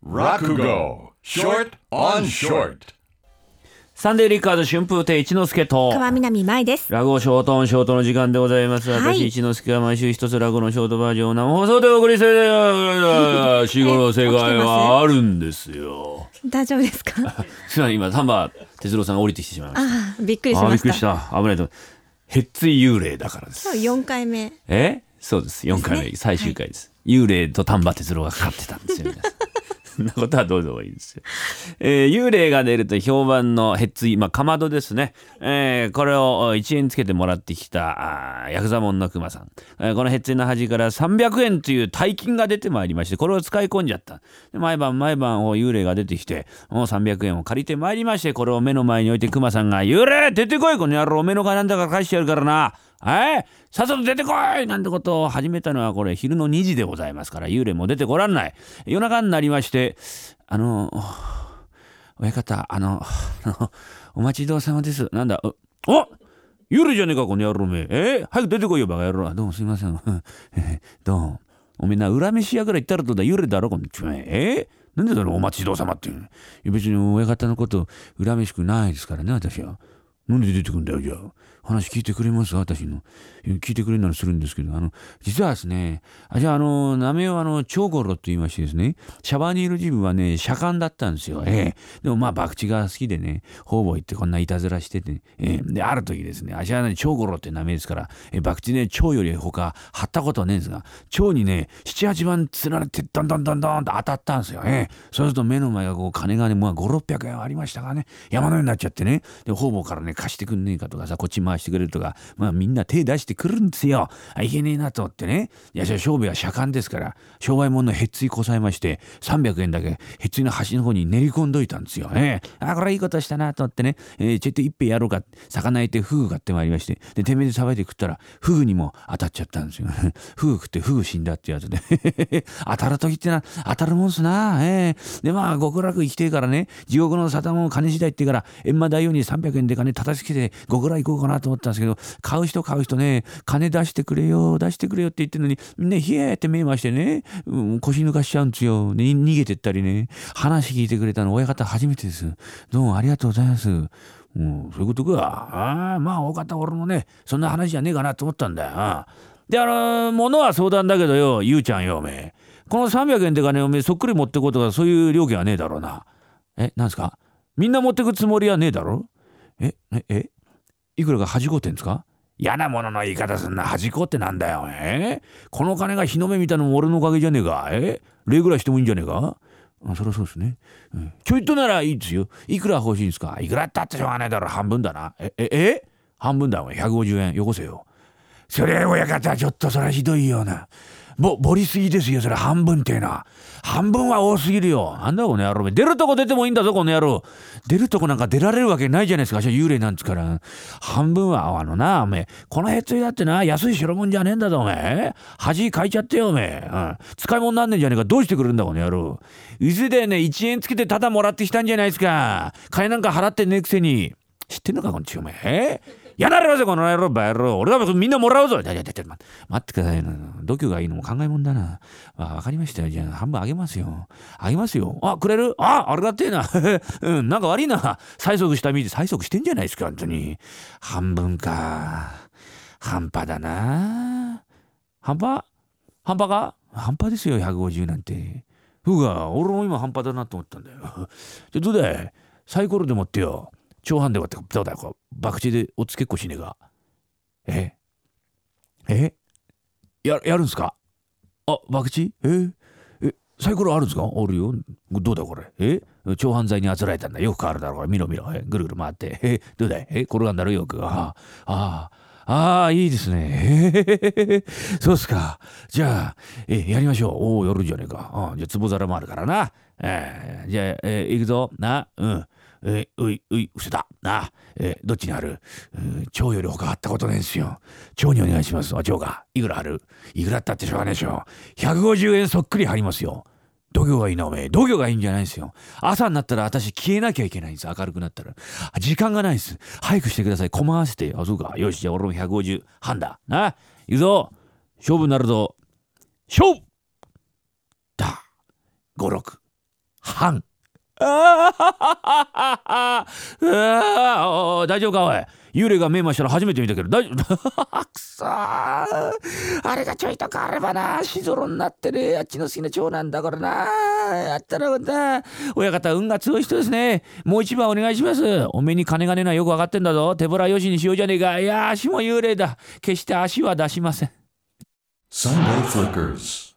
落語 Short on Short。 サンデーリッカード春風亭一之輔と川南舞です。 落語ショートオンショートの時間でございます。私一之輔は毎週一つ落語のショートバージョンを生放送でお送りする死後の世界はあるんですよ。 大丈夫ですか？ すいません、今丹波哲郎さんが降りてきてしまいました。 びっくりしました。 びっくりした。危ないと。へっつい幽霊だからです。 今日4回目。 そうです。4回目、最終回です。幽霊と丹波哲郎がかかってたんですよ。皆さんそんなことはどうでもいいですよ。幽霊が出ると評判のへっつい、かまどですね。これを1円つけてもらってきたヤクザモンの熊さん。このへっついの端から300円という大金が出てまいりまして、これを使い込んじゃった。で毎晩幽霊が出てきて、300円を借りてまいりまして、これを目の前に置いて熊さんが、幽霊出てこいこの野郎、目の金なんだから返してやるからな。さっさと出てこいなんてことを始めたのはこれ昼の2時でございますから、幽霊も出てこらんない。夜中になりまして、親方、お待ちどうさまです。なんだ、幽霊じゃねえかこの野郎め。早く出てこいよバカ野郎。どうもすいません。どうも。おめえな、恨めしやから言ったらどうだ、幽霊だろこのちょめ。なんでだろうお待ちどうさまって。いや別に親方のこと恨めしくないですからね、私は。なんで出てくんだよ、じゃあ。話聞いてくれます私の。聞いてくれるならするんですけど、実はですね、名前は長五郎と言いましてですね、シャバにいる自分はね、社官だったんですよ。でも博打が好きでね、方々行ってこんないたずらしてて、で、ある時ですね、長五郎って名前ですから、博打ね、長より他張ったことはねえんですが、長にね、7、8番釣られて、どんどんと当たったんですよ。そうすると目の前がこう、金がね、5、600円ありましたからね、山のようになっちゃってね、で、方々からね、貸してくんねえかとかさ、こっち回してくれるとか、みんな手出してくるんですよ。いけねえなと思ってね。いや、商売は社官ですから、商売物のへっついこさえまして、300円だけへっついの端の方に練り込んどいたんですよ。これはいいことしたなと思ってね、ちょっと一杯やろうか、魚焼いてフグ買ってまいりまして、で、手目でさばいて食ったら、フグにも当たっちゃったんですよ。フグ食ってフグ死んだってやつで。当たる時ってな、当たるもんすな。で、極楽生きてえからね、地獄の沙汰も金次第ってから閻魔大王に300円で金叩きつけて極楽行こうかなと思ったんですけど、買う人ね、金出してくれよって言ってるのに、みんなヒエーって目ましてね、腰抜かしちゃうんですよ。逃げてったりね。話聞いてくれたの親方初めてです。どうもありがとうございます。そういうことか。大方俺もね、そんな話じゃねえかなと思ったんだよ。で、物は相談だけどよ、ゆうちゃんよ、おめえ。この300円で金おめえそっくり持ってこうとかそういう料金はねえだろうな。なんすか？みんな持ってくつもりはねえだろ？いくらか端こうってんですか？嫌なものの言い方すんな。端こうってなんだよ。この金が日の目見たのも俺のおかげじゃねえか。礼ぐらいしてもいいんじゃねえか？そりゃそうですね。ちょいとならいいですよ。いくら欲しいんですか？いくらってあってしょうがないだろ。半分だな。半分だお前。150円よこせよ。それ親方ちょっとそれはひどいような。ボリすぎですよそれ。半分ってな。半分は多すぎるよ。なんだこの野郎。出るとこ出てもいいんだぞこの野郎。出るとこなんか出られるわけないじゃないですか。幽霊なんですから。半分はお前このへっついだってな、安い代物じゃねえんだぞお前。恥かいちゃってよお前。使い物なんねえんじゃねえか。どうしてくれるんだこの野郎。いずれね1円つけてただもらってきたんじゃないですか。金なんか払ってねえくせに。知ってんのかこのちお前。やられますよこの野郎バ野郎。俺がみんなもらうぞ。待ってくださいな。度胸がいいのも考えもんだな。わかりましたよ。じゃあ半分あげますよ。くれる？ありがてえな。なんか悪いな。催促したみて催促してんじゃないですか本当に。半分か。半端だな。半端か？半端ですよ150なんて。俺も今半端だなと思ったんだよ。じゃどうだい？サイコロでもってよ。長半で割ってどうだよ。博打でおつけっこしねえが。やるんすか？博打？サイコロあるんすか？あるよ。どうだこれ？長半剤にあつられたんだ。よく変わるだろう。見ろ。ぐるぐる回って。どうだい？転がんだろよく。いいですね。そうっすか。じゃあ、やりましょう。やるんじゃねえか。じゃあ、壺皿もあるからな。じゃあ、行くぞ。な。伏せた。な。どっちにある？蝶より他あったことねえんすよ。蝶にお願いします。蝶が。いくらある？いくらったってしょうがねえでしょ。150円そっくり貼りますよ。度胸がいいなおめえ。度胸がいいんじゃないんですよ。朝になったら私消えなきゃいけないんです。明るくなったら。時間がないんです。早くしてください。駒合わせて。そうか。よし、じゃあ俺も150半だ。な。行くぞ。勝負になるぞ。勝負だ。5、6、 半。ああ、大丈夫かおい。幽霊が目ましたら初めて見たけど大丈夫くそー、あれがちょいと変わればな、しぞろになってね、あっちの好きな長男だからな、やったらな。親方運が強い人ですね。もう一番お願いします。おめえに金がねえのはよく分かってんだぞ。手ぶらよしにしようじゃねえか。いや足も幽霊だ。決して足は出しません。 Sunday Flickers.